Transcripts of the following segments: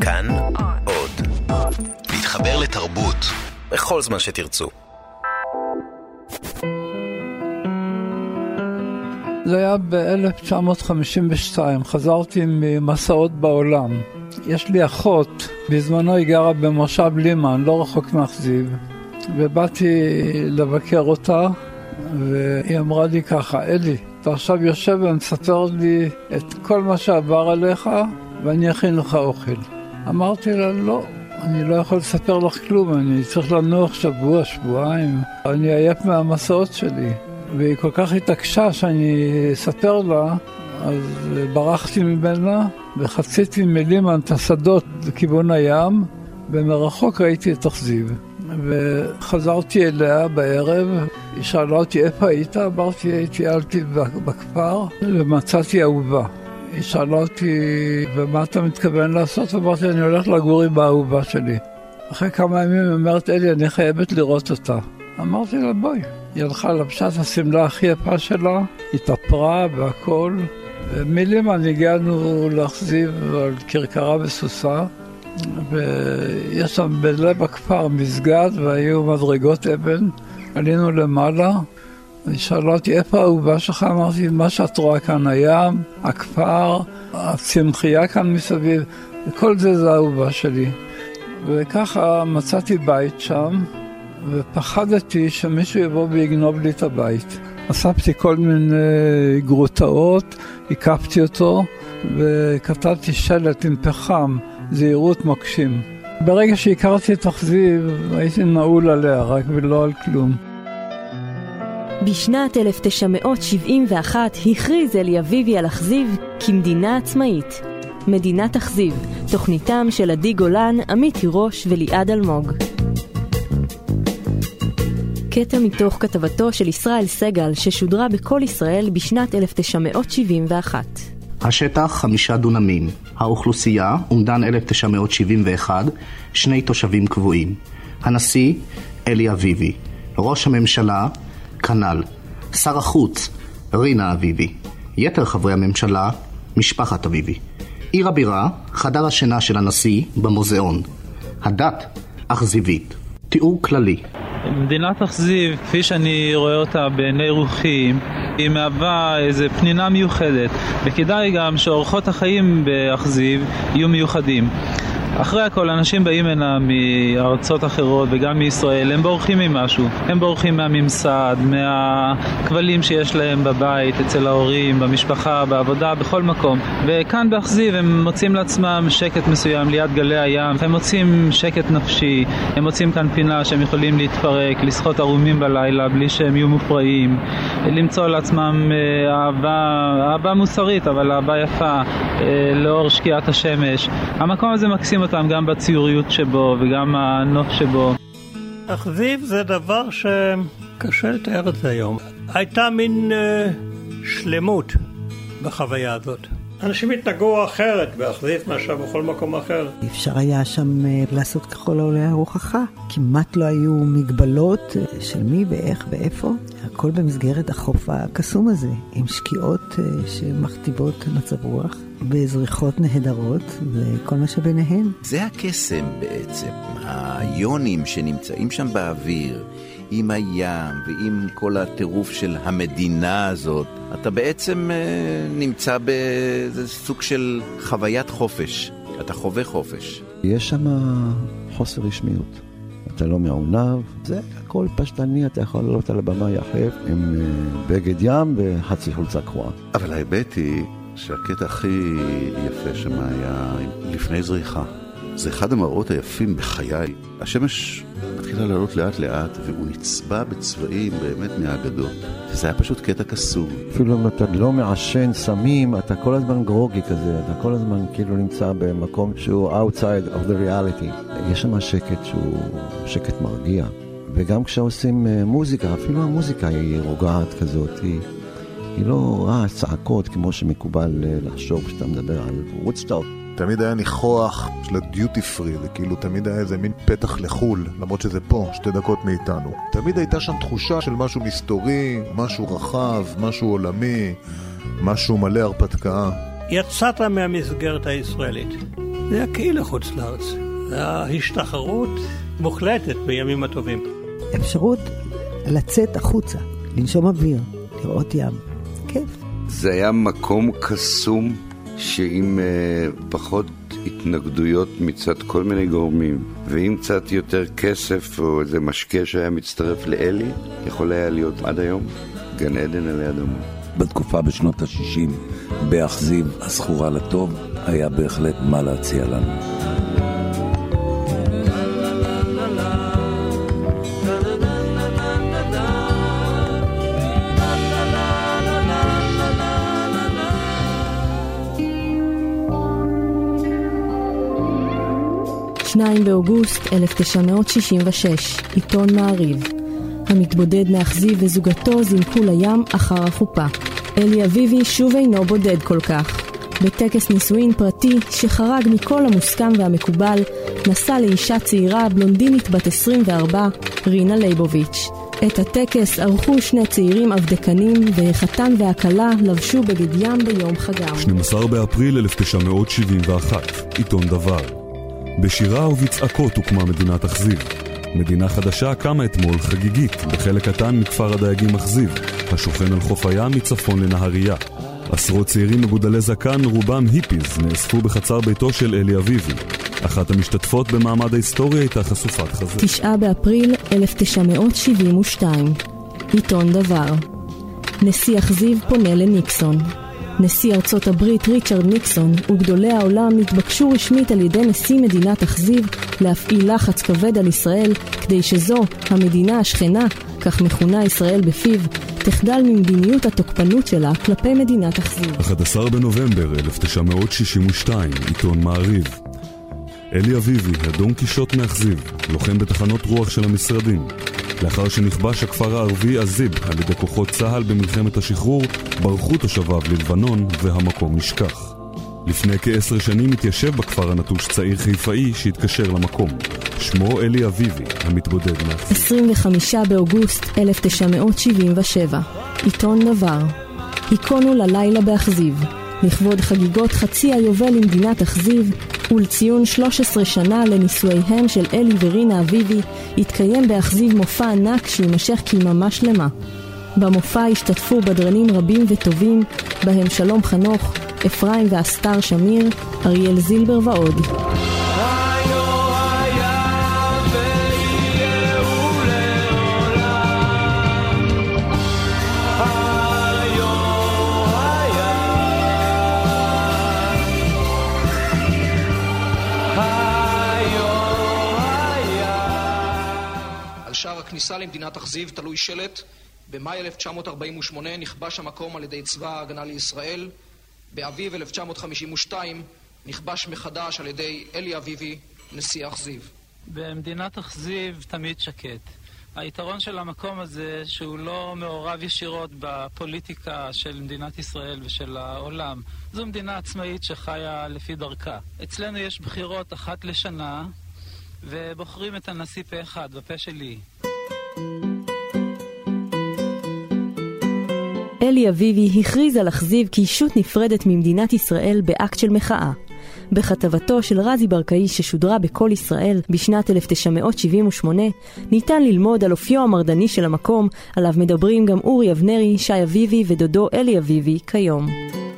כאן עוד. להתחבר לתרבות בכל זמן שתרצו. זה היה ב-1952, חזרתי ממסעות בעולם. יש לי אחות, בזמנו היא גרה במושב לימן, לא רחוק מאכזיב, ובאתי לבקר אותה, והיא אמרה לי ככה, אלי, אתה עכשיו יושב ומספר לי את כל מה שעבר עליך, ואני אכין לך אוכל. אמרתי לה, לא, אני לא יכול לספר לך כלום, אני צריך לנוח שבוע, שבועיים, אני עייף מהמסעות שלי. והיא כל כך התעקשה שאני אספר לה, אז ברחתי ממנה וחציתי מלימן את השדות לכיוון הים, ומרחוק ראיתי את אכזיב. וחזרתי אליה בערב, היא שאלה אותי איפה היית, אמרתי טיילתי בכפר ומצאתי אהובה. היא שאלה אותי ומה אתה מתכוון לעשות, ואמרתי אני הולך לגור עם האהובה שלי. אחרי כמה ימים היא אומרת אלי אני חייבת לראות אותה. אמרתי לה בואי. היא הלכה לבשה את הסמלה הכי יפה שלה, התאפרה והכל. מלימן הגענו לאכזיב על כרכרה וסוסה, ויש שם בלב הכפר מסגד והיו מדרגות אבן. עלינו למעלה, היא שאלה אותי איפה האהובה שלך? אמרתי מה שאת רואה כאן, הים, הכפר, הצמחייה כאן מסביב, וכל זה האהובה שלי. וככה מצאתי בית שם, ופחדתי שמישהו יבוא ויגנוב לי את הבית. אספתי כל מיני גרוטאות, הקפתי אותו וכתבתי שלט עם פחם, זהירות מוקשים. ברגע שהכרתי את אכזיב הייתי נעול עליה, רק ולא על כלום. בשנת 1971 הכריז אלי אביבי על אכזיב כמדינה עצמאית. מדינת אכזיב, תוכניתם של עדי גולן, עמית תירוש וליעד אלמוג. קטע מתוך כתבתו של ישראל סגל ששודרה בכל ישראל בשנת 1971. השטח 5 דונמים. האוכלוסייה, אומדן 1971, 2 תושבים קבועים. הנשיא, אלי אביבי. ראש הממשלה, כנ"ל. שר החוץ, רינה אביבי. יתר חברי הממשלה, משפחת אביבי. עיר הבירה, חדר השינה של הנשיא במוזיאון. הדת, אכזיבית. תיאור כללי. מדינת אכזיב, כפי שאני רואה אותה בעיני רוחי, היא מהווה איזו פנינה מיוחדת, וכדאי גם שאורחות החיים באכזיב יהיו מיוחדים. אחרי הכל, אנשים באים הנה מארצות אחרות וגם מישראל, הם בורחים ממשהו. הם בורחים מהממסד, מהכבלים שיש להם בבית, אצל ההורים, במשפחה, בעבודה, בכל מקום. וכאן באכזיב הם מוצאים לעצמם שקט מסוים ליד גלי הים. הם מוצאים שקט נפשי, הם מוצאים כאן פינה שהם יכולים להתפרק, לשחות ערומים בלילה בלי שהם יהיו מופרעים. למצוא לעצמם אהבה מוסרית, אבל אהבה יפה, לאור שקיעת השמש. המקום הזה מקסים אותם גם בציוריות שבו וגם הנוף שבו. אכזיב זה דבר שקשה לתאר את זה היום. הייתה מין שלמות בחוויה הזאת. אנשים התנהגו אחרת באכזיב מאשר בכל מקום אחר. אפשר היה שם לעשות ככל העולה על רוחך. כמעט לא היו מגבלות של מי ואיך ואיפה. הכל במסגרת החוף הקסום הזה, עם שקיעות שמכתיבות מצב רוח, בזריחות נהדרות וכל מה שביניהן. זה הקסם בעצם, היונים שנמצאים שם באוויר, עם הים ועם כל הטירוף של המדינה הזאת. אתה בעצם נמצא באיזה סוג של חוויית חופש, אתה חווה חופש. יש שם חוסר רשמיות. אתה לא מעונב, זה הכל פשטני, אתה יכול לעלות על הבמה יחף עם בגד ים וחצי חולצה קרועה. אבל האמת היא שהקטע הכי יפה שם היה לפני זריחה. זה אחד המראות היפים בחיי. השמש מתחילה לעלות לאט לאט והוא נצבע בצבעים באמת מהאגדות. וזה היה פשוט קטע קסום. אפילו אם אתה לא מעשן סמים, אתה כל הזמן גרוגי כזה, אתה כל הזמן כאילו נמצא במקום שהוא outside of the reality. יש שם שקט שהוא שקט מרגיע. וגם כשעושים מוזיקה, אפילו המוזיקה היא רוגעת כזאת, היא לא צעקות כמו שמקובל לחשוב כשאתה מדבר על וודסטוק. תמיד היה ניחוח של הדיוטי פרי, זה כאילו תמיד היה איזה מין פתח לחול, למרות שזה פה, 2 דקות מאיתנו. תמיד הייתה שם תחושה של משהו מסתורי, משהו רחב, משהו עולמי, משהו מלא הרפתקה. יצאת מהמסגרת הישראלית. זה היה כאילו חוץ לארץ. זה היה השתחררות מוחלטת בימים הטובים. אפשרות לצאת החוצה, לנשום אוויר, לראות ים. כיף. זה היה מקום קסום שעם פחות התנגדויות מצד כל מיני גורמים, ועם קצת יותר כסף או איזה משקה שהיה מצטרף לאלי, יכול היה להיות עד היום גן עדן עלי אדמות. בתקופה בשנות ה-60 באכזיב הזכורה לטוב היה בהחלט מה להציע לנו. באוגוסט 1966, עיתון מעריב. המתבודד מאכזיב וזוגתו זינקו לים אחר החופה. אלי אביבי שוב אינו בודד כל כך. בטקס נישואין פרטי שחרג מכל המוסכם והמקובל, נסע לאישה צעירה בלונדינית בת 24, רינה ליבוביץ'. את הטקס ערכו שני צעירים אבדקנים, והחתן והכלה לבשו בגד ים ביום חגם. 12 באפריל 1971, עיתון דבר. בשירה ובצעקות הוקמה מדינת אכזיב. מדינה חדשה קמה אתמול חגיגית בחלק קטן מכפר הדייגים אכזיב, השוכן על חוף הים מצפון לנהריה. עשרות צעירים מגודלי זקן, רובם היפיז, נאספו בחצר ביתו של אלי אביבי. אחת המשתתפות במעמד ההיסטוריה הייתה חשופת חזה. 9 באפריל 1972, עיתון דבר. נשיא אכזיב פונה לניקסון. נשיא ארצות הברית ריצ'רד ניקסון וגדולי העולם נתבקשו רשמית על ידי נשיא מדינת אכזיב להפעיל לחץ כבד על ישראל כדי שזו, המדינה השכנה, כך מכונה ישראל בפיו, תחדל ממדיניות התוקפנות שלה כלפי מדינת אכזיב. 11 בנובמבר 1962, עיתון מעריב. אלי אביבי, הדון קישוט מאכזיב, לוחם בתחנות רוח של המשרדים. לאחר שנכבש הכפר הערבי עזיב על ידי כוחות צהל במלחמת השחרור, ברחו תושביו ללבנון והמקום נשכח. לפני כ10 שנים התיישב בכפר הנטוש צעיר חיפאי שהתקשר למקום. שמו אלי אביבי, המתבודד מאכזיב. 25 באוגוסט 1977, עיתון דבר. היכונו ללילה באכזיב, לכבוד חגיגות חצי היובל למדינת אכזיב, ולציון 13 שנה לנישואיהם של אלי ורינה אביבי, התקיים באכזיב מופע ענק שימשך כיממה שלמה. במופע השתתפו בדרנים רבים וטובים, בהם שלום חנוך, אפרים ואסתר שמיר, אריאל זילבר ועוד. הכניסה למדינת אכזיב תלוי שלט. במאי 1948 נכבש המקום על ידי צבא ההגנה לישראל. באביב 1952 נכבש מחדש על ידי אלי אביבי, נשיא אכזיב. במדינת אכזיב תמיד שקט. היתרון של המקום הזה שהוא לא מעורב ישירות בפוליטיקה של מדינת ישראל ושל העולם. זו מדינה עצמאית שחיה לפי דרכה. אצלנו יש בחירות אחת לשנה ובוחרים את הנשיא פה אחד, בפה שלי. אלי אביבי הכריז על אכזיב כישות נפרדת ממדינת ישראל באקט של מחאה. בכתבתו של רזי ברקאי ששודרה בכל ישראל בשנת 1978, ניתן ללמוד על אופיו המרדני של המקום, עליו מדברים גם אורי אבנרי, שי אביבי ודודו אלי אביבי כיום.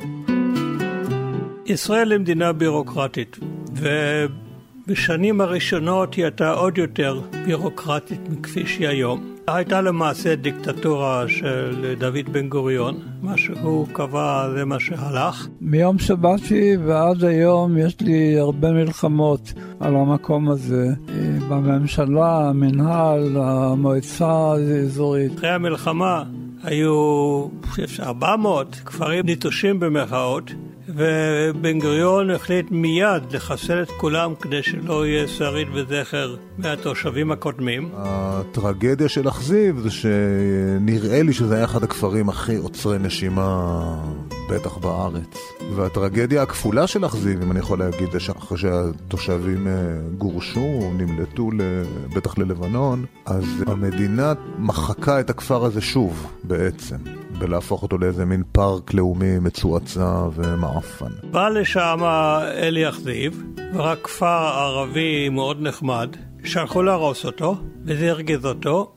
ישראל היא מדינה בירוקרטית, ובשנים הראשונות היא הייתה עוד יותר בירוקרטית מכפי שהיא היום. הייתה למעשה דיקטטורה של דוד בן גוריון, מה שהוא קבע זה מה שהלך. מיום שבאתי ועד היום יש לי הרבה מלחמות על המקום הזה, בממשלה, המנהל, המועצה האזורית. אחרי המלחמה היו 400 כפרים ניטושים במחאות, ובן גוריון החליט מיד לחסל את כולם כדי שלא יהיה שריד וזכר מהתושבים הקודמים. הטרגדיה של אכזיב זה שנראה לי שזה היה אחד הכפרים הכי עוצרי נשימה בטח בארץ. והטרגדיה הכפולה של אכזיב, אם אני יכול להגיד, זה שאחרי שהתושבים גורשו, נמלטו בטח ללבנון, אז המדינה מחקה את הכפר הזה שוב בעצם. בלהפוך אותו לאיזה מין פארק לאומי מצועצע ומעפן. בא לשם אלי אכזיב, ורק כפר ערבי מאוד נחמד, שלחו להרוס אותו, וזה הרגיז אותו,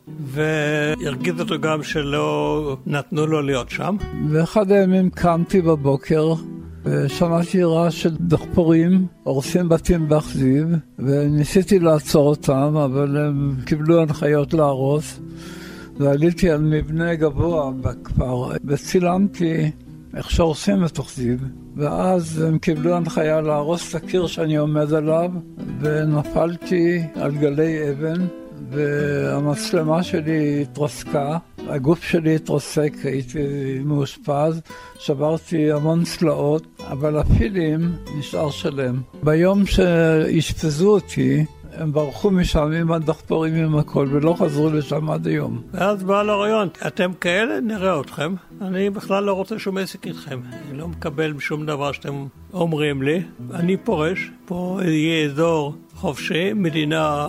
והרגיז אותו גם שלא נתנו לו להיות שם. ואחד הימים קמתי בבוקר, ושמעתי רעש של דחפורים, הורסים בתים באכזיב, וניסיתי לעצור אותם, אבל הם קיבלו הנחיות להרוס, ועליתי על מבנה גבוה בכפר, וצילמתי איך שהורסים את אכזיב, ואז הם קיבלו הנחיה להרוס את הקיר שאני עומד עליו, ונפלתי על גלי אבן, והמצלמה שלי התרסקה, הגוף שלי התרסק, הייתי מאושפז, שברתי המון צלעות, אבל הפילים נשאר שלם. ביום שהשפזו אותי, הם ברחו משם עם הדחפורים עם הכל, ולא חזרו לשם עד היום. ואז בא לרעיון, אתם כאלה, נראה אתכם. אני בכלל לא רוצה שום עסק איתכם. אני לא מקבל שום דבר שאתם אומרים לי. אני פורש, פה יהיה אזור חופשי, מדינה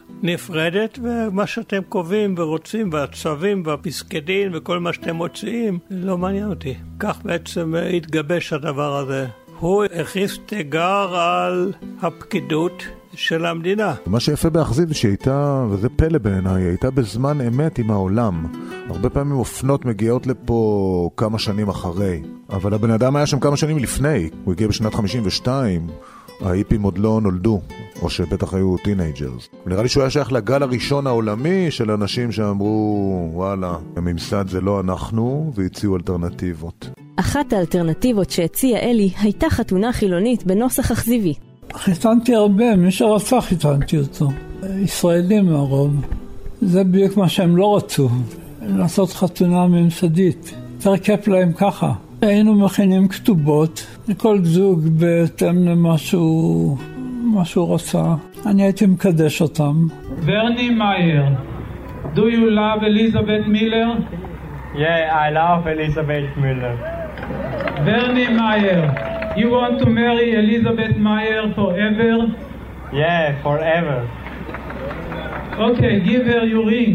נפרדת, ומה שאתם קובעים ורוצים, והצווים והפסקי דין וכל מה שאתם מוציאים, לא מעניין אותי. כך בעצם התגבש הדבר הזה. הוא הכניס תיגר על הפקידות של המדינה. מה שיפה באכזיב שהייתה, וזה פלא בעיניי, הייתה בזמן אמת עם העולם. הרבה פעמים אופנות מגיעות לפה כמה שנים אחרי, אבל הבן אדם היה שם כמה שנים לפני. הוא הגיע בשנת 52, ההיפים עוד לא נולדו, או שבטח היו טינאג'רס. נראה לי שהוא היה שייך לגל הראשון העולמי של אנשים שאמרו, וואלה, הממסד זה לא אנחנו, והציעו אלטרנטיבות. אחת האלטרנטיבות שהציע אלי הייתה חתונה חילונית בנוסח אכזיבי. חיתנתי הרבה, מי שרצה חיתנתי אותו. ישראלים הרוב. זה בדיוק מה שהם לא רצו, לעשות חתונה ממסדית. יותר כיף להם ככה. היינו מכינים כתובות, לכל זוג בהתאם למשהו רצה. אני הייתי מקדש אותם. ברני מאייר, do you love Elizabeth Miller? Yeah, I love Elizabeth Miller. ברני מאייר, you want to marry Elizabeth Meyer forever? Yeah, forever. Okay, give her your ring.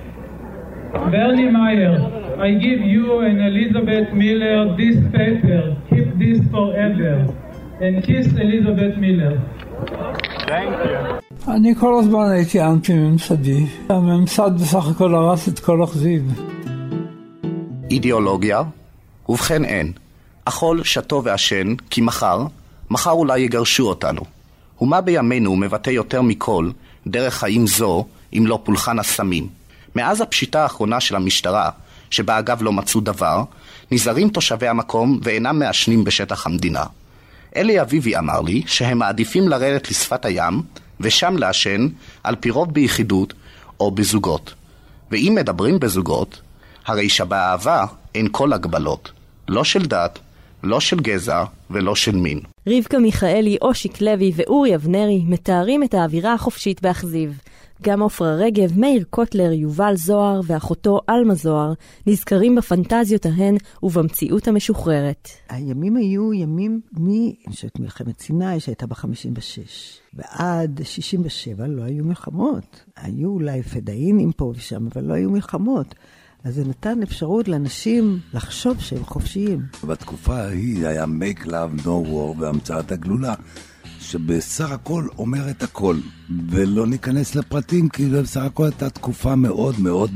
Bernie Meyer, I give you and Elizabeth Miller this paper. Keep this forever. And kiss Elizabeth Miller. Thank you. אני כל הזמן הייתי אנטי-ממסדי. הממסד בסך הכל הרס את כל אכזיב. אידיאולוגיה? ובכן אין. אכול, שתו ועשן, כי מחר אולי יגרשו אותנו. ומה בימינו מבטא יותר מכל דרך חיים זו, אם לא פולחן הסמים. מאז הפשיטה האחרונה של המשטרה, שבה אגב לא מצאו דבר, נזהרים תושבי המקום ואינם מעשנים בשטח המדינה. אלי אביבי אמר לי שהם מעדיפים לרדת לשפת הים, ושם לעשן על פי רוב ביחידות או בזוגות. ואם מדברים בזוגות, הרי שבאהבה אין כל הגבלות. לא של דת, לא של גזע ולא של מין. רבקה מיכאלי, אושיק לוי ואורי אבנרי מתארים את האווירה החופשית באכזיב. גם עופרה רגב, מאיר קוטלר, יובל זוהר ואחותו אלמה זוהר נזכרים בפנטזיות ההן ובמציאות המשוחררת. הימים היו ימים משת מלחמת סיני שהייתה ב-56. ועד 67 לא היו מלחמות. היו אולי פדאינים פה ושם, אבל לא היו מלחמות. אז זה נתן אפשרות לאנשים לחשוב שהם חופשיים. בתקופה ההיא היה make love no war והמצאת הגלולה, שבסך הכל אומרת הכל, ולא ניכנס לפרטים, כי בסך הכל הייתה תקופה מאוד מאוד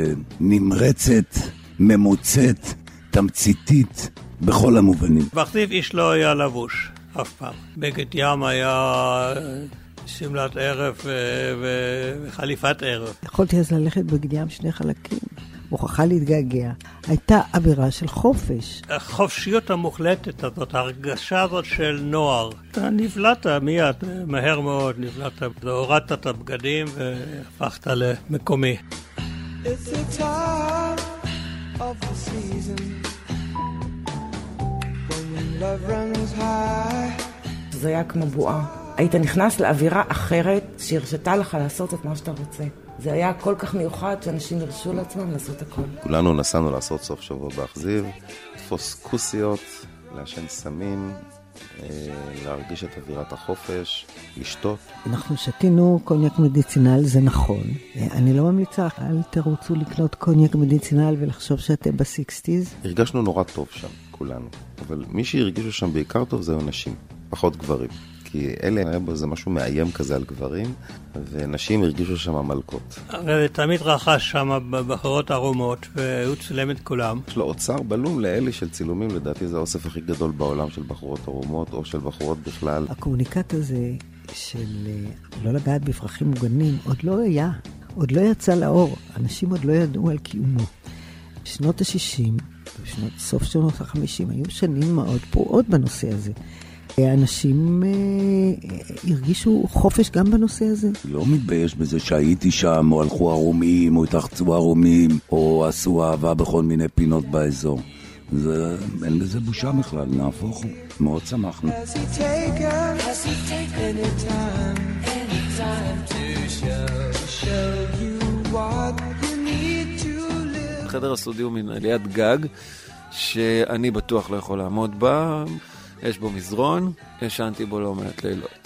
נמרצת, ממוצאת, תמציתית, בכל המובנים. באכזיב איש לא היה לבוש, אף פעם. בגד ים היה שמלת ערב וחליפת ערב. יכולתי אז ללכת בגד ים שני חלקים. מוכרחה להתגעגע. הייתה אווירה של חופש. החופשיות המוחלטת הזאת, ההרגשה הזאת של נוער. אתה נבלעת מיד, מהר מאוד נבלעת. הורדת את הבגדים והפכת למקומי. It's the time of the season when love runs high. זה היה כמו בועה. היית נכנס לאווירה אחרת שהרשתה לך לעשות את מה שאתה רוצה. זה היה כל כך מיוחד שאנשים הרשו לעצמם לעשות הכל. כולנו נסענו לעשות סוף שבוע באכזיב, לתפוס כוסיות, לעשן סמים, להרגיש את אווירת החופש, לשתות. אנחנו שתינו קוניאק מדיצינל, זה נכון. אני לא ממליצה, אל תרוצו לקנות קוניאק מדיצינל ולחשוב שאתם ב-60s. הרגשנו נורא טוב שם, כולנו. אבל מי שהרגישו שם בעיקר טוב זה אנשים, פחות גברים. כי אלה היה בו זה משהו מאיים כזה על גברים, ונשים הרגישו שם מלכות. ותמיד רכש שם בחורות ערומות, והוא צילם את כולם. יש לו אוצר בלום לאלי של צילומים, לדעתי זה האוסף הכי גדול בעולם של בחורות ערומות, או של בחורות בכלל. הקומוניקט הזה של לא לגעת בפרחים מוגנים, עוד לא היה, עוד לא יצא לאור. אנשים עוד לא ידעו על קיומו. בשנות ה-60, סוף שנות ה-50, היו שנים מאוד פרועות בנושא הזה. אנשים הרגישו חופש גם בנושא הזה. לא מתבייש בזה שהייתי שם, או הלכו ערומים, או התרחצו ערומים, או עשו אהבה בכל מיני פינות באזור. אין בזה בושה בכלל, נהפוך, מאוד שמחנו. חדר הסודי הוא ליד גג, שאני בטוח לא יכול לעמוד בה. יש בו מזרון, ישנתי בו לא מעט לילות.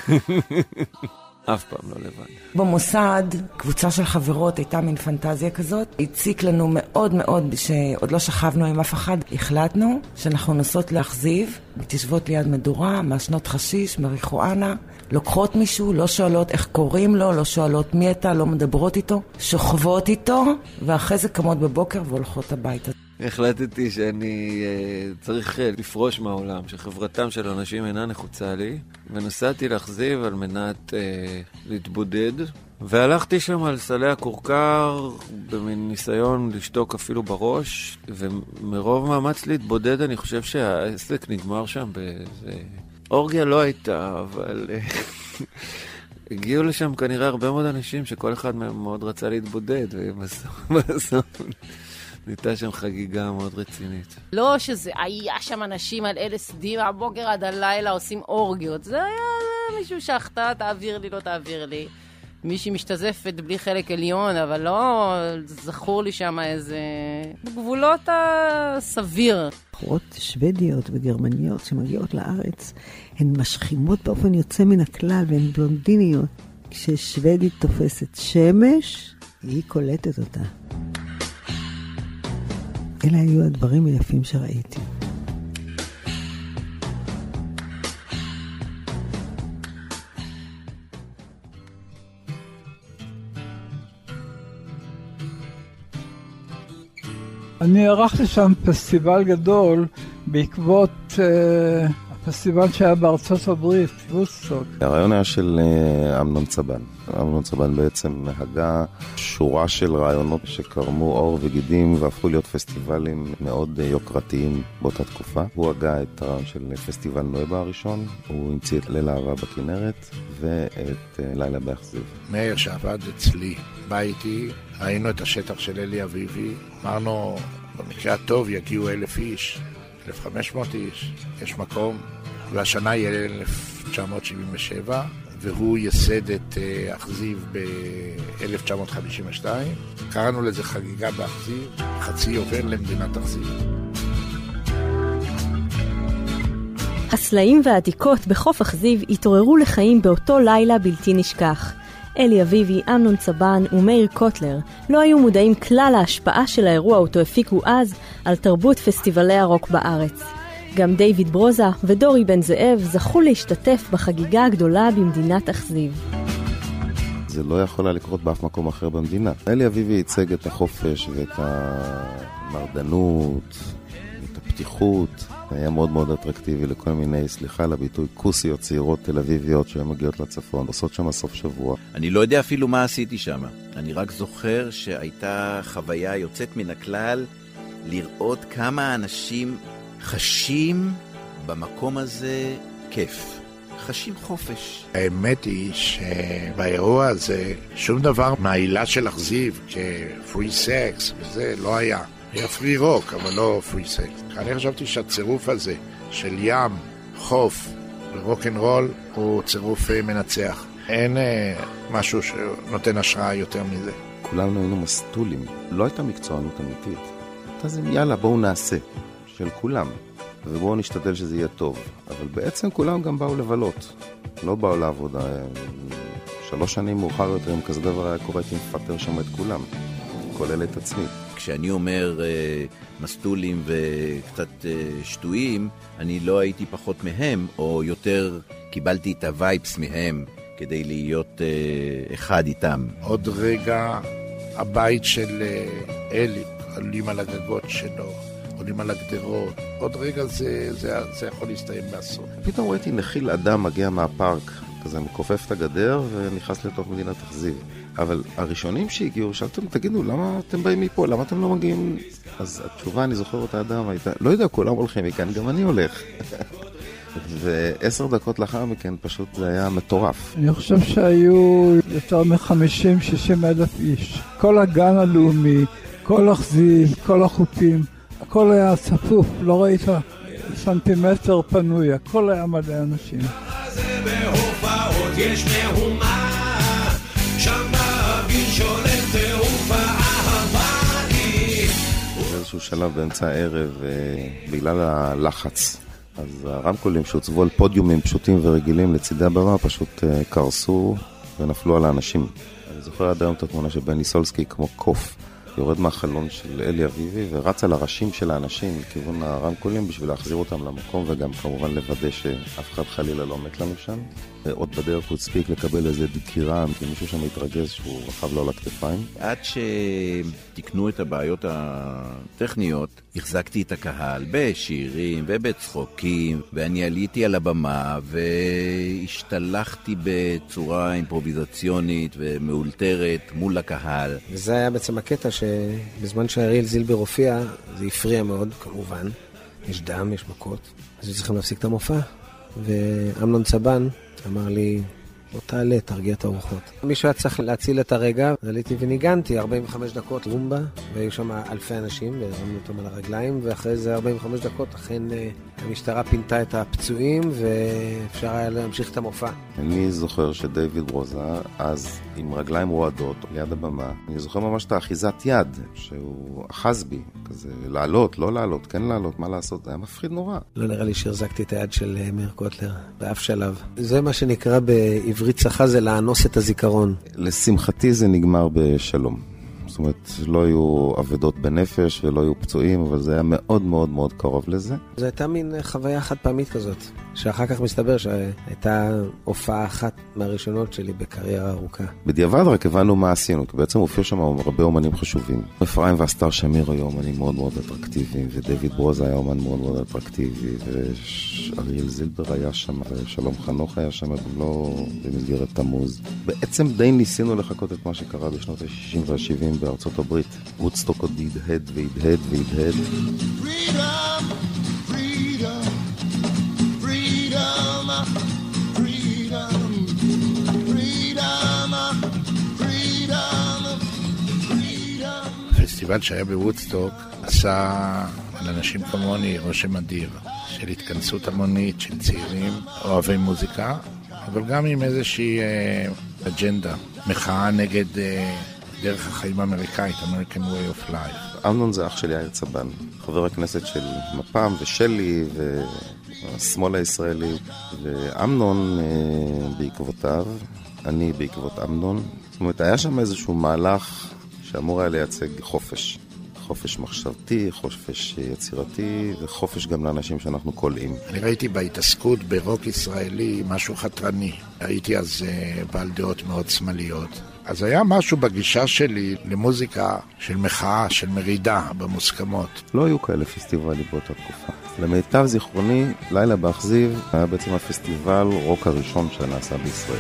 אף פעם לא לבד. במוסד, קבוצה של חברות הייתה מין פנטזיה כזאת. הציק לנו מאוד מאוד, שעוד לא שכבנו עם אף אחד. החלטנו שאנחנו נוסעות להחזיב, מתיישבות ליד מדורה, מעשנות חשיש, מריחואנה, לוקחות מישהו, לא שואלות איך קוראים לו, לא שואלות מי אתה, לא מדברות איתו, שוכבות איתו, ואחרי זה קמות בבוקר והולכות הביתה. החלטתי שאני צריך לפרוש מהעולם, שחברתם של אנשים אינה נחוצה לי, ונסעתי להחזיב על מנת להתבודד, והלכתי שם על סלי הקורקר במין ניסיון לשתוק אפילו בראש, ומרוב מאמץ להתבודד אני חושב שהעסק נגמר שם באיזה... אורגיה לא הייתה, אבל הגיעו לשם כנראה הרבה מאוד אנשים שכל אחד מהם מאוד רצה להתבודד, ובסוף נהייתה שם חגיגה מאוד רצינית. לא שזה היה שם אנשים על LSD מהבוקר עד הלילה עושים אורגיות, זה היה מישהו שחטא, תעביר לי, לא תעביר לי. מישהי משתזפת בלי חלק עליון, אבל לא זכור לי שם איזה... בגבולות הסביר. בחורות שוודיות וגרמניות שמגיעות לארץ, הן משכימות באופן יוצא מן הכלל, והן בלונדיניות. כששוודית תופסת שמש, היא קולטת אותה. אלה היו הדברים היפים שראיתי. אני ערכתי שם פסטיבל גדול בעקבות הפסטיבל שהיה בארצות הברית, ווסטוק. הרעיון היה של אמנון צבן. אמנון צבן בעצם מהגה שורה של רעיונות שקרמו אור וגידים והפכו להיות פסטיבלים מאוד יוקרתיים באותה תקופה. הוא הגה את הרעיון של פסטיבל נויבה הראשון, הוא המציא את ליל אהבה בכנרת ואת לילה באכזיב. מאיר שעבד אצלי, בא איתי, ראינו את השטח של אלי אביבי, אמרנו במקרה הטוב יגיעו 1,000 איש, 1,500 איש, יש מקום, והשנה יהיה 1977, והוא יסד את אכזיב ב-1952. קראנו לזה חגיגה באכזיב, חצי יובל למדינת אכזיב. הסלעים והעתיקות בחוף אכזיב התעוררו לחיים באותו לילה בלתי נשכח. אלי אביבי, אמנון צבן ומאיר קוטלר לא היו מודעים כלל להשפעה של האירוע אותו הפיקו אז על תרבות פסטיבלי הרוק בארץ. גם דיוויד ברוזה ודורי בן זאב זכו להשתתף בחגיגה הגדולה במדינת אכזיב. זה לא יכול לקרות באף מקום אחר במדינה. אלי אביבי ייצג את החופש ואת המרדנות, את הפתיחות. היה מאוד מאוד אטרקטיבי לכל מיני, סליחה על הביטוי, כוסיות צעירות תל אביביות שהן מגיעות לצפון, עושות שם סוף שבוע. אני לא יודע אפילו מה עשיתי שם. אני רק זוכר שהייתה חוויה יוצאת מן הכלל לראות כמה אנשים חשים במקום הזה כיף. חשים חופש. האמת היא שבאירוע הזה שום דבר מהעילה של אכזיב כפרי סקס וזה לא היה. היה פרי רוק, אבל לא פרי סקס. אני חשבתי שהצירוף הזה של ים, חוף ורוק אנד רול הוא צירוף מנצח. אין משהו שנותן השראה יותר מזה. כולנו היינו מסטולים. לא הייתה מקצוענות אמיתית. הייתה זה יאללה בואו נעשה. של כולם. ובואו נשתדל שזה יהיה טוב. אבל בעצם כולם גם באו לבלות, לא באו לעבודה. 3 שנים מאוחר יותר, אם כזה דבר היה קורה, הייתי מפטר שם את כולם, כולל את עצמי. כשאני אומר מסטולים וקצת שטויים, אני לא הייתי פחות מהם, או יותר קיבלתי את הווייפס מהם, כדי להיות אחד איתם. עוד רגע הבית של אלי, עולים על הגגות שלו, עולים על הגדרות. עוד רגע זה יכול להסתיים באסון. פתאום ראיתי נחיל אדם מגיע מהפארק, כזה מכופף את הגדר ונכנס לתוך מדינת אכזיב. אבל הראשונים שהגיעו, שאלתם, תגידו, למה אתם באים מפה? למה אתם לא מגיעים? אז התשובה, אני זוכר אותה אדם, הייתה, לא יודע, כולם הולכים מכאן, גם אני הולך. ו10 דקות לאחר מכן פשוט זה היה מטורף. אני חושב שהיו יותר מ-50-60 אלף איש. כל הגן הלאומי, כל אכזיב, כל החופים, הכל היה צפוף, לא ראית סנטימטר פנוי, הכל היה מלא אנשים. זה בהופעות יש מהומה, שם באוויר שולט תעופה אהבתי. באיזשהו שלב באמצע הערב, בגלל הלחץ, אז הרמקולים שהוצבו על פודיומים פשוטים ורגילים לצידי הבמה פשוט קרסו ונפלו על האנשים. אני זוכר עד היום את התמונה של בני סולסקי כמו קוף, יורד מהחלון של אלי אביבי ורץ על הראשים של האנשים לכיוון הרמקולים בשביל להחזיר אותם למקום, וגם כמובן לוודא שאף אחד חלילה לא מת לנו שם. ועוד בדרך הוא הספיק לקבל איזה דקירה, כי מישהו שם התרגז שהוא רכב לו על הכתפיים. עד שתקנו את הבעיות הטכניות, החזקתי את הקהל בשירים ובצחוקים, ואני עליתי על הבמה והשתלחתי בצורה אימפרוביזציונית ומאולתרת מול הקהל. וזה היה בעצם הקטע שבזמן שאריאל זילבר הופיע, זה הפריע מאוד כמובן. יש דם, יש מכות, אז צריכים להפסיק את המופע. ואמנון צבן אמר לי, לא תעלה, תרגיע את האורחות. מישהו היה צריך להציל את הרגע, עליתי וניגנתי 45 דקות רומבה, והיו שם אלפי אנשים, והרמנו אותם על הרגליים, ואחרי זה 45 דקות, אכן המשטרה פינתה את הפצועים, ואפשר היה להמשיך את המופע. אני זוכר שדייוויד ברוזה, אז עם רגליים רועדות, ליד הבמה, אני זוכר ממש את האחיזת יד, שהוא אחז בי, כזה, לעלות, לא לעלות, כן לעלות, מה לעשות, זה היה מפחיד נורא. לא נראה לי שהחזקתי את היד של מאיר קוטלר, באף שלב. זה מה שנקרא בעברית צחה, זה לאנוס את הזיכרון. לשמחתי זה נגמר בשלום. זאת אומרת, לא היו עבדות בנפש ולא היו פצועים, אבל זה היה מאוד מאוד מאוד קרוב לזה. זו הייתה מין חוויה חד פעמית כזאת, שאחר כך מסתבר שהייתה הופעה אחת מהראשונות שלי בקריירה ארוכה. בדיעבד רק הבנו מה עשינו, כי בעצם הופיעו שם הרבה אומנים חשובים. אפרים ואסתר שמיר היו אומנים מאוד מאוד אטרקטיביים, ודייוויד ברוזה היה אומן מאוד מאוד אטרקטיבי, ואריאל זילבר היה שם, ושלום חנוך היה שם, לא במסגרת תמוז. בעצם די ניסינו לחכות את מה שקרה בשנות ה-60 וה-70 בארצות הברית. וודסטוק עוד ידהד וידהד וידהד. הפסטיבל שהיה בוודסטוק עשה על אנשים כמוני רושם אדיר של התכנסות המונית של צעירים אוהבי מוזיקה, אבל גם עם איזושהי אג'נדה, מחאה נגד דרך החיים האמריקאית, American Way of Life. אמנון זה אח של יאיר צבן, חבר הכנסת של מפ"ם ושלי והשמאל הישראלי, ואמנון בעקבותיו, אני בעקבות אמנון. זאת אומרת, היה שם איזשהו מהלך שאמור היה לייצג חופש. חופש מחשבתי, חופש יצירתי, וחופש גם לאנשים שאנחנו קולעים. אני ראיתי בהתעסקות ברוק ישראלי משהו חתרני. הייתי אז בעל דעות מאוד שמאליות. אז היה משהו בגישה שלי למוזיקה של מחאה, של מרידה במוסכמות. לא היו כאלה פסטיבלים באותה תקופה. למיטב זיכרוני, לילה באכזיב היה בעצם הפסטיבל רוק הראשון שנעשה בישראל.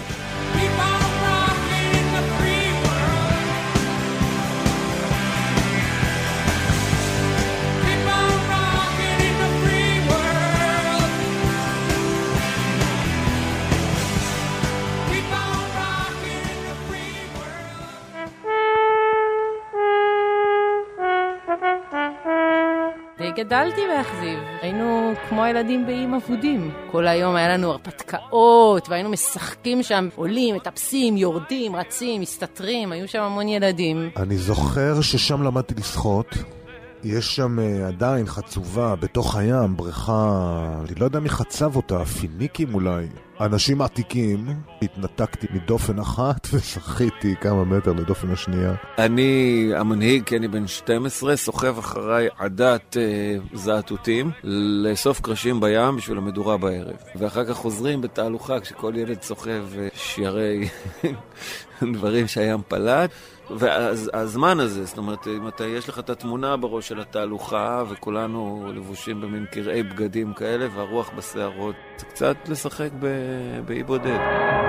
גדלתי באכזיב. היינו כמו הילדים באיים אבודים. כל היום היה לנו הרפתקאות, והיינו משחקים שם, עולים, מטפסים, יורדים, רצים, מסתתרים, היו שם המון ילדים. אני זוכר ששם למדתי לשחות, יש שם עדיין חצובה בתוך הים, בריכה, אני לא יודע מי חצב אותה, פיניקים אולי. אנשים עתיקים, התנתקתי מדופן אחת ושחיתי כמה מטר לדופן השנייה. אני המנהיג, כי אני בן 12, סוחב אחריי עדת זעתותים, לאסוף קרשים בים בשביל המדורה בערב. ואחר כך חוזרים בתהלוכה כשכל ילד סוחב שיירי דברים שהים פלט. והזמן הזה, זאת אומרת, אם יש לך את התמונה בראש של התהלוכה, וכולנו לבושים במין קרעי בגדים כאלה, והרוח בשערות, זה קצת לשחק באי בודד.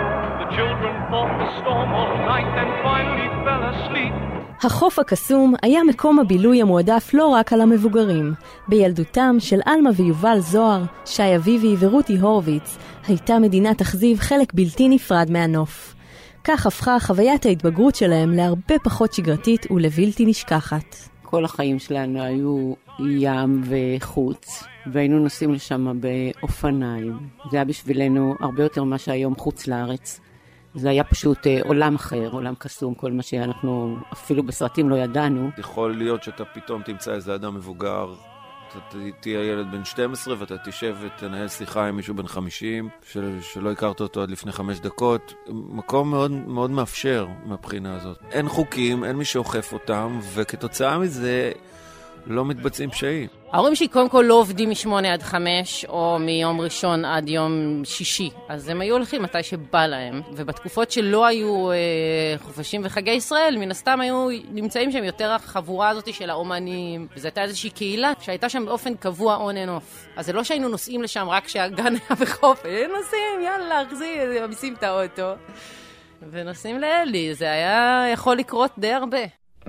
החוף הקסום היה מקום הבילוי המועדף לא רק על המבוגרים. בילדותם של אלמה ויובל זוהר, שי אביבי ורותי הורוביץ, הייתה מדינת אכזיב חלק בלתי נפרד מהנוף. כך הפכה חוויית ההתבגרות שלהם להרבה פחות שגרתית ולבלתי נשכחת. כל החיים שלנו היו ים וחוץ, והיינו נוסעים לשם באופניים. זה היה בשבילנו הרבה יותר ממה שהיום חוץ לארץ. זה היה פשוט עולם אחר, עולם קסום, כל מה שאנחנו אפילו בסרטים לא ידענו. יכול להיות שאתה פתאום תמצא איזה אדם מבוגר, אתה תהיה ילד בן 12 ואתה תשב ותנהל שיחה עם מישהו בן 50 שלא הכרת אותו עד לפני 5 דקות. מקום מאוד, מאוד מאפשר מהבחינה הזאת. אין חוקים, אין מי שאוכף אותם, וכתוצאה מזה לא מתבצעים פשעים. ההורים שלי קודם כל לא עובדים מ8 עד 5 או מיום ראשון עד יום שישי, אז הם היו הולכים מתי שבא להם, ובתקופות שלא היו חופשים וחגי ישראל, מן הסתם היו נמצאים שם יותר החבורה הזאת של האומנים, וזו הייתה איזושהי קהילה שהייתה שם באופן קבוע on and off. אז זה לא שהיינו נוסעים לשם רק כשהגן היה בחוף, היינו נוסעים, יאללה, אחזי, מסיעים את האוטו, ונוסעים לאלי, זה היה יכול לקרות די הרבה.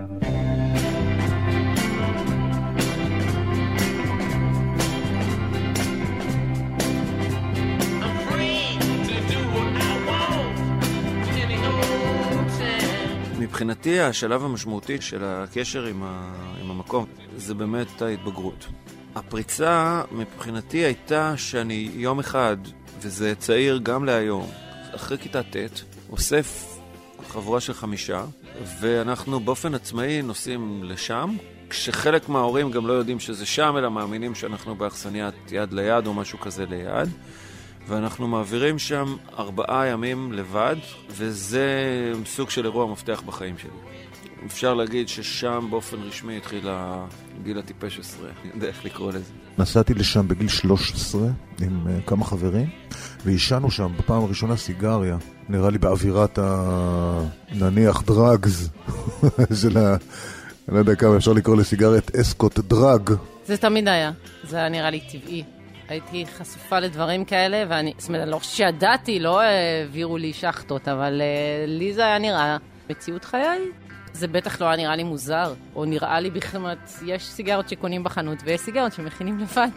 מבחינתי, השלב המשמעותי של הקשר עם המקום זה באמת ההתבגרות. הפריצה מבחינתי הייתה שאני יום אחד, וזה צעיר גם להיום, אחרי כיתה ט', אוסף חבורה של 5, ואנחנו באופן עצמאי נוסעים לשם, כשחלק מההורים גם לא יודעים שזה שם, אלא מאמינים שאנחנו באכסניית יד ליד או משהו כזה ליד. ואנחנו מעבירים שם 4 ימים לבד, וזה סוג של אירוע מפתח בחיים שלי. אפשר להגיד ששם באופן רשמי התחיל הגיל הטיפש 10, אני יודע איך לקרוא לזה. נסעתי לשם בגיל 13 עם כמה חברים, וישנו שם בפעם הראשונה סיגריה, נראה לי באווירת נניח דרגס, של אני לא יודע כמה אפשר לקרוא לסיגרת אסקוט דרג. זה תמיד היה, זה היה נראה לי טבעי. הייתי חשופה לדברים כאלה, ואני, זאת אומרת, לא שידעתי, לא העבירו לי שחטות, אבל לי זה היה נראה מציאות חיי. זה בטח לא היה נראה לי מוזר, או נראה לי בכמת, יש סיגרות שקונים בחנות, ויש סיגרות שמכינים לבד.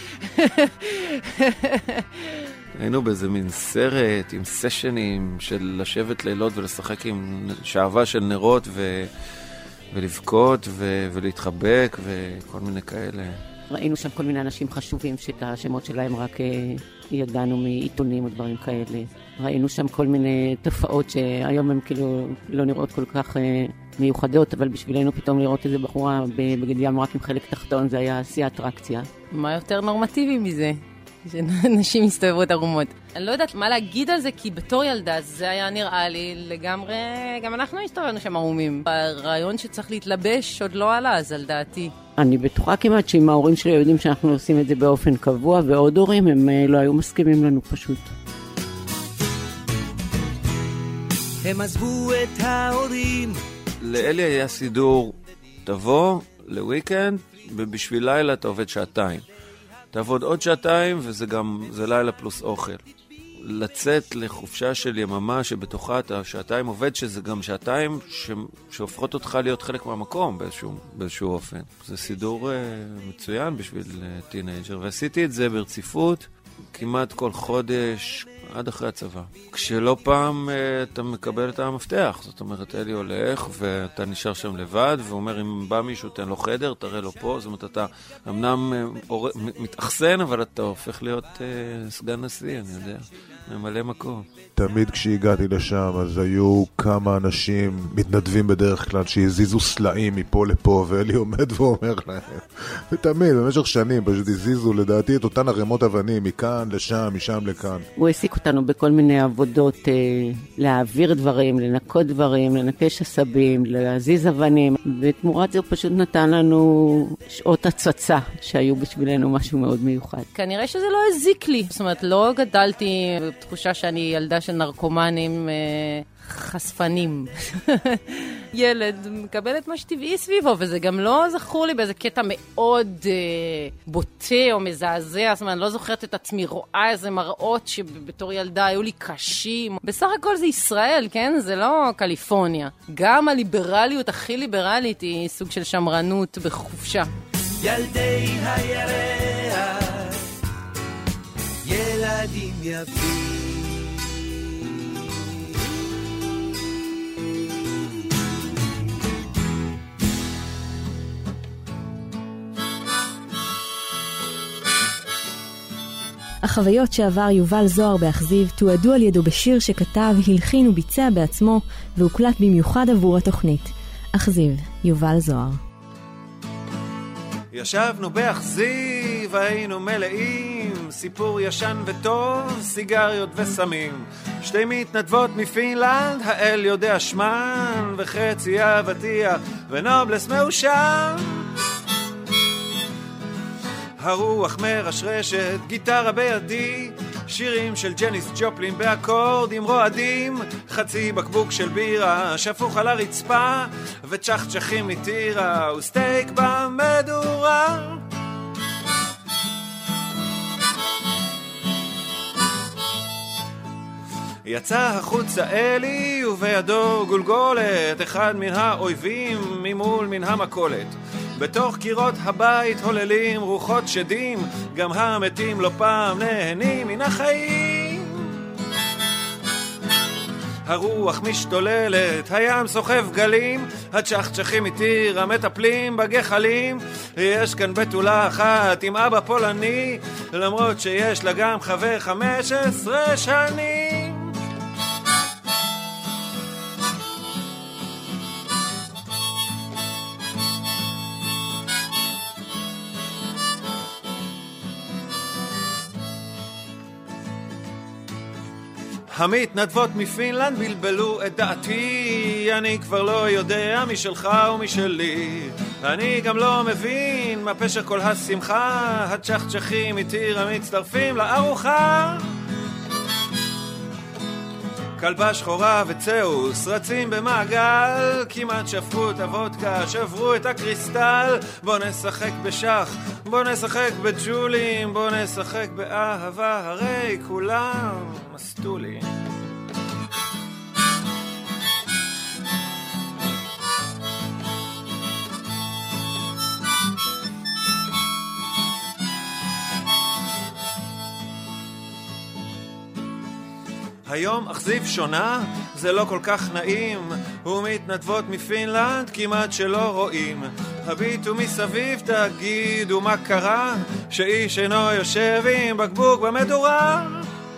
היינו באיזה מין סרט עם סשנים של לשבת לילות ולשחק עם שעבה של נרות ולבכות ולהתחבק וכל מיני כאלה. ראינו שם כל מיני אנשים חשובים שאת השמות שלהם רק ידענו מעיתונים או דברים כאלה. ראינו שם כל מיני תופעות שהיום הן כאילו לא נראות כל כך מיוחדות, אבל בשבילנו פתאום לראות איזה בחורה בגד ים רק עם חלק תחתון, זה היה שיא האטרקציה. מה יותר נורמטיבי מזה? שנשים הסתובבות ערומות. אני לא יודעת מה להגיד על זה, כי בתור ילדה זה היה נראה לי לגמרי, גם אנחנו הסתובבנו שם ערומים. הרעיון שצריך להתלבש עוד לא עלה, אז על דעתי. אני בטוחה כמעט שאם ההורים שלי יודעים שאנחנו עושים את זה באופן קבוע, ועוד הורים הם לא היו מסכימים לנו פשוט. הם עזבו את ההורים. לאלי היה סידור, תבוא לוויקנד, ובשביל לילה אתה עובד 2 שעות. תעבוד עוד 2 שעות, וזה גם, זה לילה פלוס אוכל. לצאת לחופשה של יממה שבתוכה אתה 2 שעות עובד, שזה גם 2 שעות שהופכות אותך להיות חלק מהמקום באיזשהו אופן. זה סידור מצוין בשביל טינאג'ר, ועשיתי את זה ברציפות כמעט כל חודש עד אחרי הצבא. כשלא פעם אתה מקבל את המפתח, זאת אומרת, אלי הולך ואתה נשאר שם לבד, ואומר אם בא מישהו תן לו חדר, תראה לו פה, זאת אומרת, אתה אמנם מתאכסן, אבל אתה הופך להיות סגן נשיא, אני יודע. ממלא מקום. תמיד כשהגעתי לשם אז היו כמה אנשים מתנדבים בדרך כלל שהזיזו סלעים מפה לפה, ואלי עומד ואומר להם, ותמיד במשך שנים פשוט הזיזו לדעתי את אותן הרמות אבנים מכאן לשם, משם לכאן. הוא העסיק אותנו בכל מיני עבודות, להעביר דברים, לנקות דברים, לנקש עשבים, להזיז אבנים, ותמורת זה הוא פשוט נתן לנו שעות הצצה שהיו בשבילנו משהו מאוד מיוחד. כנראה שזה לא הזיק לי, זאת אומרת לא גדלתי בתחושה שאני ילדה של נרקומנים חשפנים. ילד מקבל את מה שטבעי סביבו, וזה גם לא זכור לי באיזה קטע מאוד בוטה או מזעזע, זאת אומרת, אני לא זוכרת את עצמי רואה איזה מראות שבתור ילדה היו לי קשים. בסך הכל זה ישראל, כן? זה לא קליפורניה. גם הליברליות הכי ליברלית היא סוג של שמרנות בחופשה. ילדי הירח, ילדים יפים, החוויות שעבר יובל זוהר באכזיב תועדו על ידו בשיר שכתב, הלחין וביצע בעצמו והוקלט במיוחד עבור התוכנית. אכזיב, יובל זוהר. ישבנו באכזיב, היינו מלאים, סיפור ישן וטוב, סיגריות וסמים. שתי מתנדבות מפינלנד, האל יודע שמן, וחצי אבטיח ונובלס מאושם. הרוח מרשרשת, גיטרה בידי, שירים של ג'ניס ג'ופלין באקורדים רועדים, חצי בקבוק של בירה שפוך על הרצפה, וצ'חצ'חים מטירה וסטייק במדורה. יצא החוצה אלי ובידו גולגולת, אחד מן האויבים ממול מן המקולת. בתוך קירות הבית הוללים רוחות שדים, גם המתים לא פעם נהנים מן החיים. הרוח משתוללת, הים סוחב גלים, הצ'חצ'חים מטירה מטפלים בגחלים. יש כאן בתולה אחת עם אבא פולני, למרות שיש לה גם חבר 15 שנים. המתנדבות מפינלנד בלבלו את דעתי, אני כבר לא יודע מי שלך ומי שלי. אני גם לא מבין מה פשר כל השמחה, הצ'חצ'חים מטירה מצטרפים לארוחה. כלבה שחורה וצאוס רצים במעגל, כמעט שפכו את הוודקה, שברו את הקריסטל. בוא נשחק בשח, בוא נשחק בג'ולים, בוא נשחק באהבה, הרי כולם מסטולים. היום אכזיב שונה, זה לא כל כך נעים, ומתנדבות מפינלנד כמעט שלא רואים. הביטו מסביב, תגידו מה קרה, שאיש אינו יושב עם בקבוק במדורה.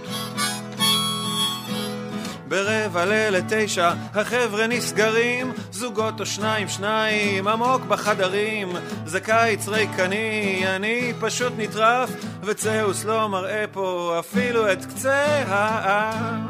8:45 החבר'ה נסגרים, זוגות או שניים עמוק בחדרים. זה קיץ ריקני, אני פשוט נטרף, וצאוס לא מראה פה אפילו את קצה העם.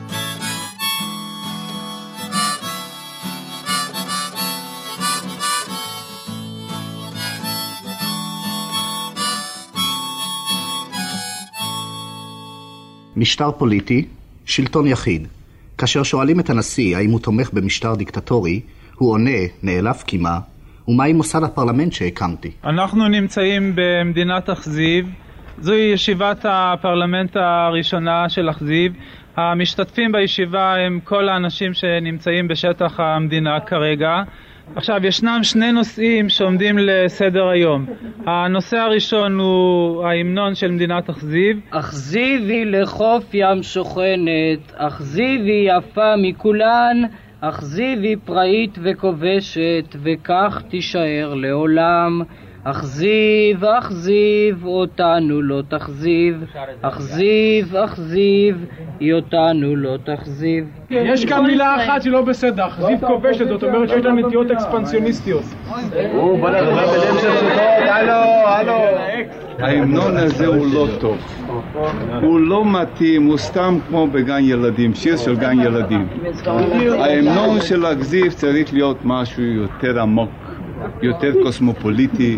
משטר פוליטי, שלטון יחיד. כאשר שואלים את הנשיא האם הוא תומך במשטר דיקטטורי, הוא עונה, נאלף כמעט, ומהי מוסד הפרלמנט שהקמתי? אנחנו נמצאים במדינת אכזיב. זוהי ישיבת הפרלמנט הראשונה של אכזיב. המשתתפים בישיבה הם כל האנשים שנמצאים בשטח המדינה כרגע. עכשיו, ישנם שני נושאים שעומדים לסדר היום. הנושא הראשון הוא ההמנון של מדינת אכזיב. אכזיב היא לחוף ים שוכנת, אכזיב היא יפה מכולן, אכזיב היא פראית וכובשת, וכך תישאר לעולם. אכזיב, אכזיב, אותנו לא תכזיב. אכזיב, אכזיב, אותנו לא תכזיב. יש גם מילה אחת שלא בסדר, אכזיב כובשת, זאת אומרת שיש לה נטיות אקספנסיוניסטיות. בוא נדבר בדם של שיחות, הלו. ההמנון הזה הוא לא טוב. הוא לא מתאים, הוא סתם כמו בגן ילדים, שיר של גן ילדים. ההמנון של אכזיב צריך להיות משהו יותר עמוק. יותר קוסמופוליטי,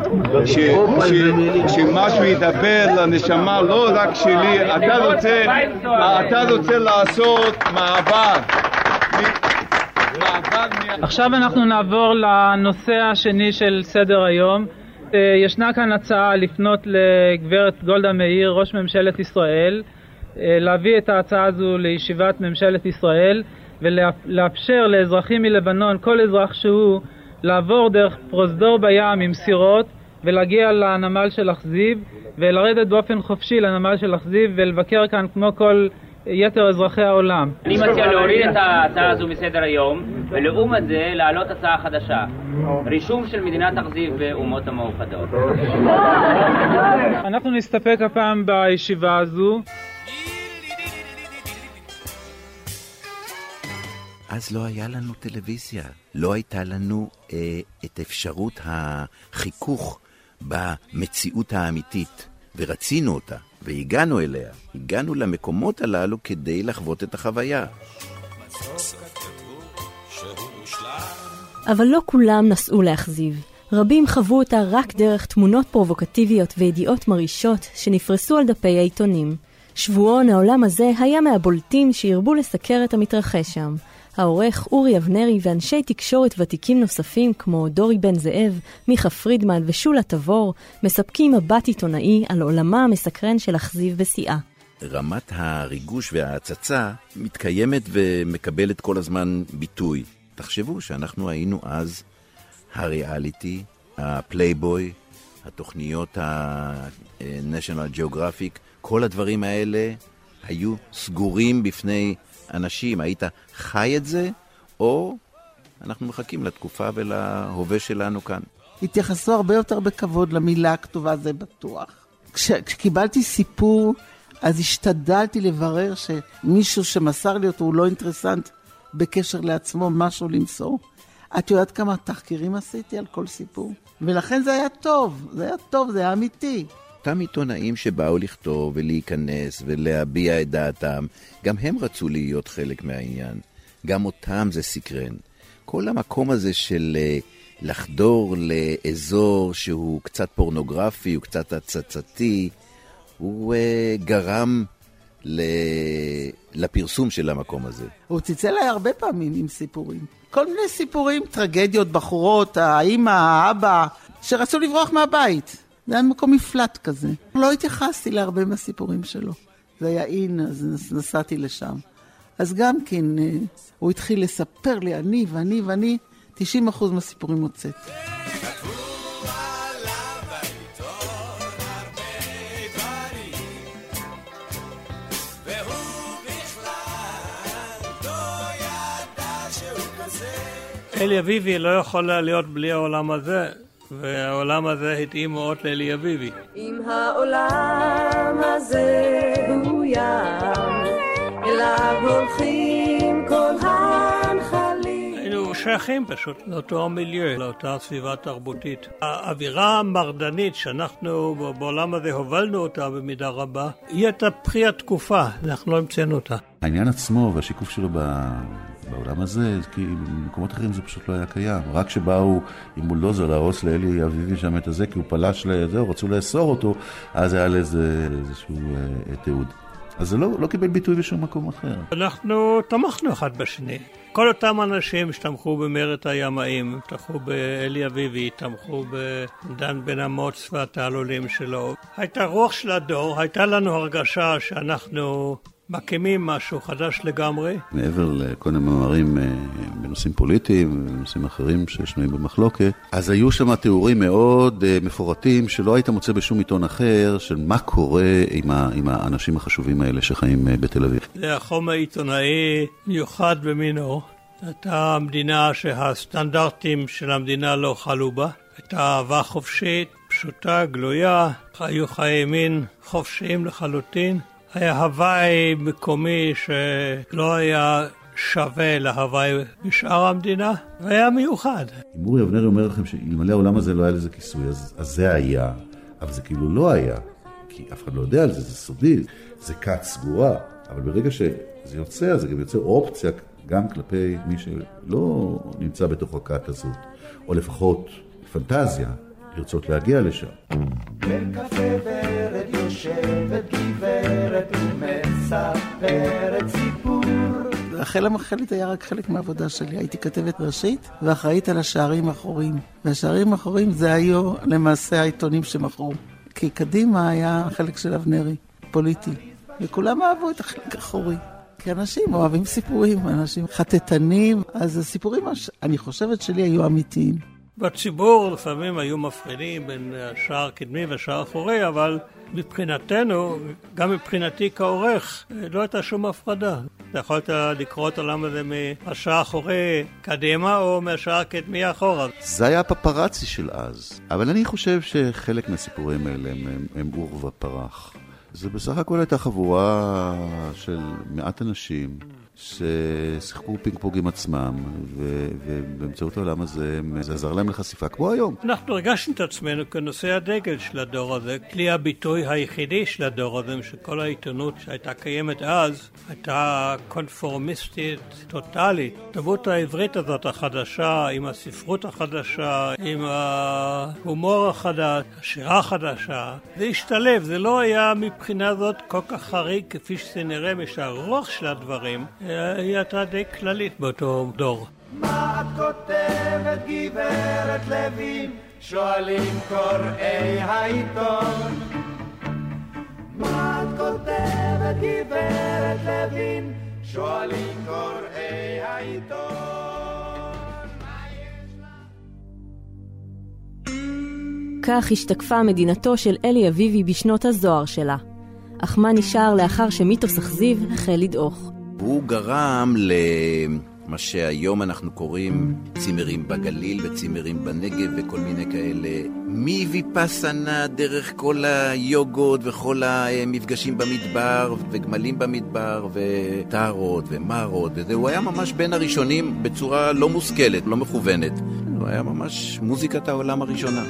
שמשהו ידבר לנשמה לא רק שלי. אתה רוצה לעשות מעבר. עכשיו אנחנו נעבור לנושא השני של סדר היום. ישנה כאן הצעה לפנות לגברת גולדה מאיר, ראש ממשלת ישראל, להביא את ההצעה הזו לישיבת ממשלת ישראל ולאפשר לאזרחים מלבנון, כל אזרח שהוא, לעבור דרך פרוזדור בים עם סירות ולהגיע לנמל של אכזיב ולרדת באופן חופשי לנמל של אכזיב ולבקר כאן כמו כל יתר אזרחי העולם. אני מציע להוריד את ההצעה הזו מסדר היום ולעומת זה להעלות הצעה חדשה, רישום של מדינת אכזיב באומות המאוחדות. אנחנו נסתפק הפעם בישיבה הזו. אז לא היה לנו טלוויזיה, לא הייתה לנו את אפשרות החיכוך במציאות האמיתית, ורצינו אותה, והגענו אליה. הגענו למקומות הללו כדי לחוות את החוויה. אבל לא כולם נסעו לאכזיב. רבים חוו אותה רק דרך תמונות פרובוקטיביות וידיעות מרישות שנפרסו על דפי העיתונים. שבועון העולם הזה היה מהבולטים שהרבו לסקר את המתרחש שם. העורך אורי אבנרי ואנשי תקשורת ותיקים נוספים כמו דורי בן זאב, מיכה פרידמן ושולה תבור מספקים מבט עיתונאי על עולמה המסקרן של אכזיב בשיאה. רמת הריגוש וההצצה מתקיימת ומקבלת כל הזמן ביטוי. תחשבו שאנחנו היינו אז הריאליטי, הפלייבוי, התוכניות ה-National Geographic, כל הדברים האלה היו סגורים בפני אנשים. היית חי את זה, או אנחנו מחכים לתקופה ולהווה שלנו כאן. התייחסו הרבה יותר בכבוד למילה הכתובה, זה בטוח. כשקיבלתי סיפור, אז השתדלתי לברר שמישהו שמסר לי אותו הוא לא אינטרסנט בקשר לעצמו, משהו למסור. את יודעת כמה תחקירים עשיתי על כל סיפור? ולכן זה היה טוב, זה היה אמיתי. אותם עיתונאים שבאו לכתוב ולהיכנס ולהביע את דעתם, גם הם רצו להיות חלק מהעניין. גם אותם זה סקרן. כל המקום הזה של לחדור לאזור שהוא קצת פורנוגרפי, הוא קצת הצצתי, הוא גרם לפרסום של המקום הזה. הוא ציצל לי הרבה פעמים עם סיפורים. כל מיני סיפורים, טרגדיות, בחורות, האמא, האבא, שרצו לברוח מהבית. זה היה מקום מפלט כזה. לא התייחסתי להרבה מהסיפורים שלו. זה היה אין, אז נסעתי לשם. אז גם כן, הוא התחיל לספר לי, אני, 90% מהסיפורים מוצאת. אלי אביבי לא יכול להיות בלי העולם הזה. והעולם הזה התאים מאוד לאלי אביבי. אם העולם הזה הוא ים, אליו הולכים כל הנחלים. היינו שייכים פשוט לאותו מיליו, לאותה סביבה תרבותית. האווירה המרדנית שאנחנו בעולם הזה הובלנו אותה במידה רבה, היא הייתה פרי התקופה, אנחנו לא המצאנו אותה. העניין עצמו והשיקוף שלו בעולם הזה, כי במקומות אחרים זה פשוט לא היה קיים. רק שבאו עם בולדוזר להרוס לאלי אביבי שם את הזה, כי הוא פלש לזה, רצו לאסור אותו, אז היה לזה איזשהו תיעוד. אז זה לא קיבל ביטוי בשום מקום אחר. אנחנו תמכנו אחד בשני. כל אותם אנשים שתמכו במרד הימאים, תמכו באלי אביבי, תמכו בדן בן אמוץ והתעלולים שלו. הייתה רוח של הדור, הייתה לנו הרגשה שאנחנו מקימים משהו חדש לגמרי. מעבר לכל המאמרים בנושאים פוליטיים ובנושאים אחרים ששנויים במחלוקת, אז היו שם תיאורים מאוד מפורטים שלא היית מוצא בשום עיתון אחר, של מה קורה עם האנשים החשובים האלה שחיים בתל אביב. זה החומר עיתונאי מיוחד במינו. הייתה המדינה שהסטנדרטים של המדינה לא חלו בה. הייתה אהבה חופשית, פשוטה, גלויה, חיו חיי מין חופשיים לחלוטין. היה הוואי מקומי שלא היה שווה להוואי בשאר המדינה, והיה מיוחד. אם אורי אבנרי אומר לכם שאלמלא העולם הזה לא היה לזה כיסוי, אז זה היה, אבל זה כאילו לא היה, כי אף אחד לא יודע על זה, זה סודי, זה קאט סגורה, אבל ברגע שזה יוצא, זה גם יוצא אופציה גם כלפי מי שלא נמצא בתוך הקאט הזאת, או לפחות פנטזיה, לרצות להגיע לשם. בקפה ורד יושבת גברת ומספרת סיפור. רחל המחלית היה רק חלק מהעבודה שלי. הייתי כתבת ראשית ואחראית על השערים האחוריים. והשערים האחוריים זה היו למעשה העיתונים שמכרו. כי קדימה היה החלק של אבנרי, פוליטי. וכולם אהבו את החלק האחורי. כי אנשים אוהבים סיפורים, אנשים חטטנים. אז הסיפורים, אני חושבת שלי, היו אמיתיים. בציבור לפעמים היו מפרידים בין השער קדמי והשער אחורי, אבל מבחינתנו, גם מבחינתי כעורך, לא הייתה שום הפרדה. אתה יכולת לקרוא את העולם הזה מהשער האחורי קדימה או מהשער קדמי אחורה. זה היה פפרצי של אז, אבל אני חושב שחלק מהסיפורים האלה הם אור ופרח. זה בסך הכל הייתה חבורה של מעט אנשים ששיחקו פינג פונג עם עצמם, ובאמצעות העולם הזה זה עזר להם לחשיפה כמו היום. אנחנו הרגשנו את עצמנו כנושא הדגל של הדור הזה, כלי הביטוי היחידי של הדור הזה, שכל העיתונות שהייתה קיימת אז הייתה קונפורמיסטית טוטלית. התרבות העברית הזאת החדשה, עם הספרות החדשה, עם ההומור החדש, השירה החדשה, זה השתלב, זה לא היה מבחינה זאת כל כך חריג כפי שזה נראה משהרוח של הדברים. היא הייתה די כללית באותו דור. מה את כותבת גברת לוין? שואלים קוראי העיתון. מה את כותבת גברת לוין? שואלים קוראי העיתון. כך השתקפה מדינתו של אלי אביבי בשנות הזוהר שלה. אך מה נשאר לאחר שמיתוס אכזיב החל לדעוך? הוא גרם למה שהיום אנחנו קוראים צימרים בגליל וצימרים בנגב וכל מיני כאלה. מוויפסנה דרך כל היוגות וכל המפגשים במדבר וגמלים במדבר וטהרות ומרות. הוא היה ממש בין הראשונים בצורה לא מושכלת, לא מכוונת. הוא היה ממש מוזיקת העולם הראשונה.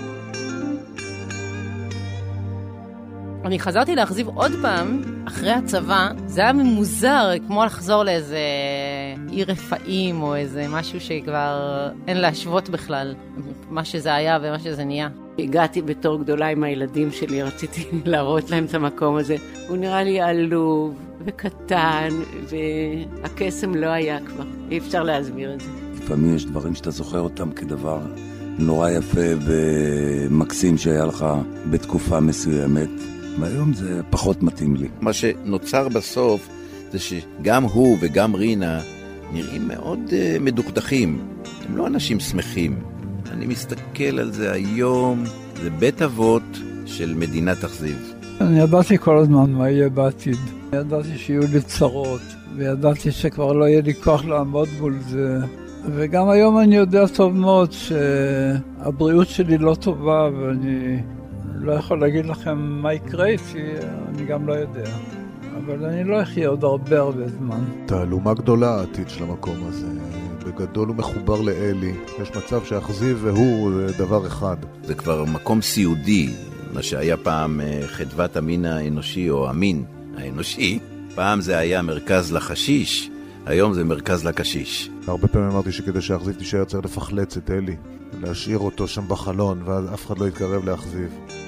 אני חזרתי להחזיב עוד פעם, אחרי הצבא, זה היה מוזר, כמו לחזור לאיזה עיר רפאים או איזה משהו שכבר אין להשוות בכלל, מה שזה היה ומה שזה נהיה. הגעתי בתור גדולה עם הילדים שלי, רציתי להראות להם את המקום הזה. הוא נראה לי עלוב וקטן, והקסם לא היה כבר, אי אפשר להסביר את זה. לפעמים יש דברים שאתה זוכר אותם כדבר נורא יפה ומקסים שהיה לך בתקופה מסוימת. והיום זה פחות מתאים לי. מה שנוצר בסוף זה שגם הוא וגם רינה נראים מאוד מדוכדכים. הם לא אנשים שמחים. אני מסתכל על זה היום, זה בית אבות של מדינת אכזיב. אני ידעתי כל הזמן מה יהיה בעתיד. ידעתי שיהיו לי צרות, וידעתי שכבר לא יהיה לי כוח לעמוד מול זה. וגם היום אני יודע טוב מאוד שהבריאות שלי לא טובה, ואני לא יכול להגיד לכם מה יקרה איתי, אני גם לא יודע. אבל אני לא אחיה עוד הרבה זמן. תעלומה גדולה העתיד של המקום הזה. בגדול הוא מחובר לאלי. יש מצב שאכזיב והוא זה דבר אחד. זה כבר מקום סיעודי, מה שהיה פעם חדוות המין האנושי או המין האנושי. פעם זה היה מרכז לחשיש, היום זה מרכז לקשיש. הרבה פעמים אמרתי שכדי שאכזיב תישאר צריך לפחלץ את אלי. להשאיר אותו שם בחלון, ואז אף אחד לא יתקרב לאכזיב.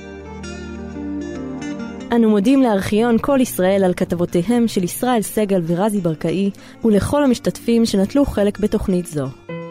אנו מודים לארכיון כל ישראל על כתבותיהם של ישראל סגל ורזי ברקאי, ולכל המשתתפים שנטלו חלק בתוכנית זו.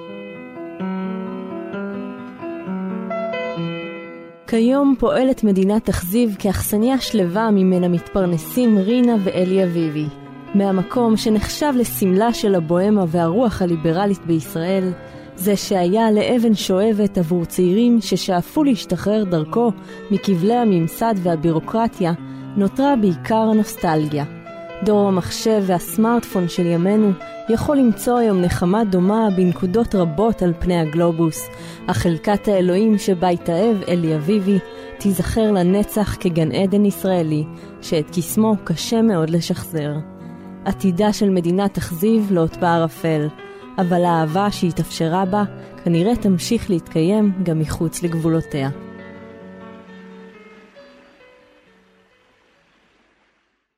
כיום פועלת מדינת אכזיב כאכסניה שלווה ממנה מתפרנסים רינה ואלי אביבי. מהמקום שנחשב לסמלה של הבוהמה והרוח הליברלית בישראל, זה שהיה לאבן שואבת עבור צעירים ששאפו להשתחרר דרכו מכבלי הממסד והבירוקרטיה, נותרה בעיקר הנוסטלגיה. דור המחשב והסמארטפון של ימינו יכול למצוא היום נחמה דומה בנקודות רבות על פני הגלובוס, אך חלקת האלוהים שבה התאהב אלי אביבי תיזכר לנצח כגן עדן ישראלי, שאת קסמו קשה מאוד לשחזר. עתידה של מדינת אכזיב לוט בערפל, אבל האהבה שהתאפשרה בה כנראה תמשיך להתקיים גם מחוץ לגבולותיה.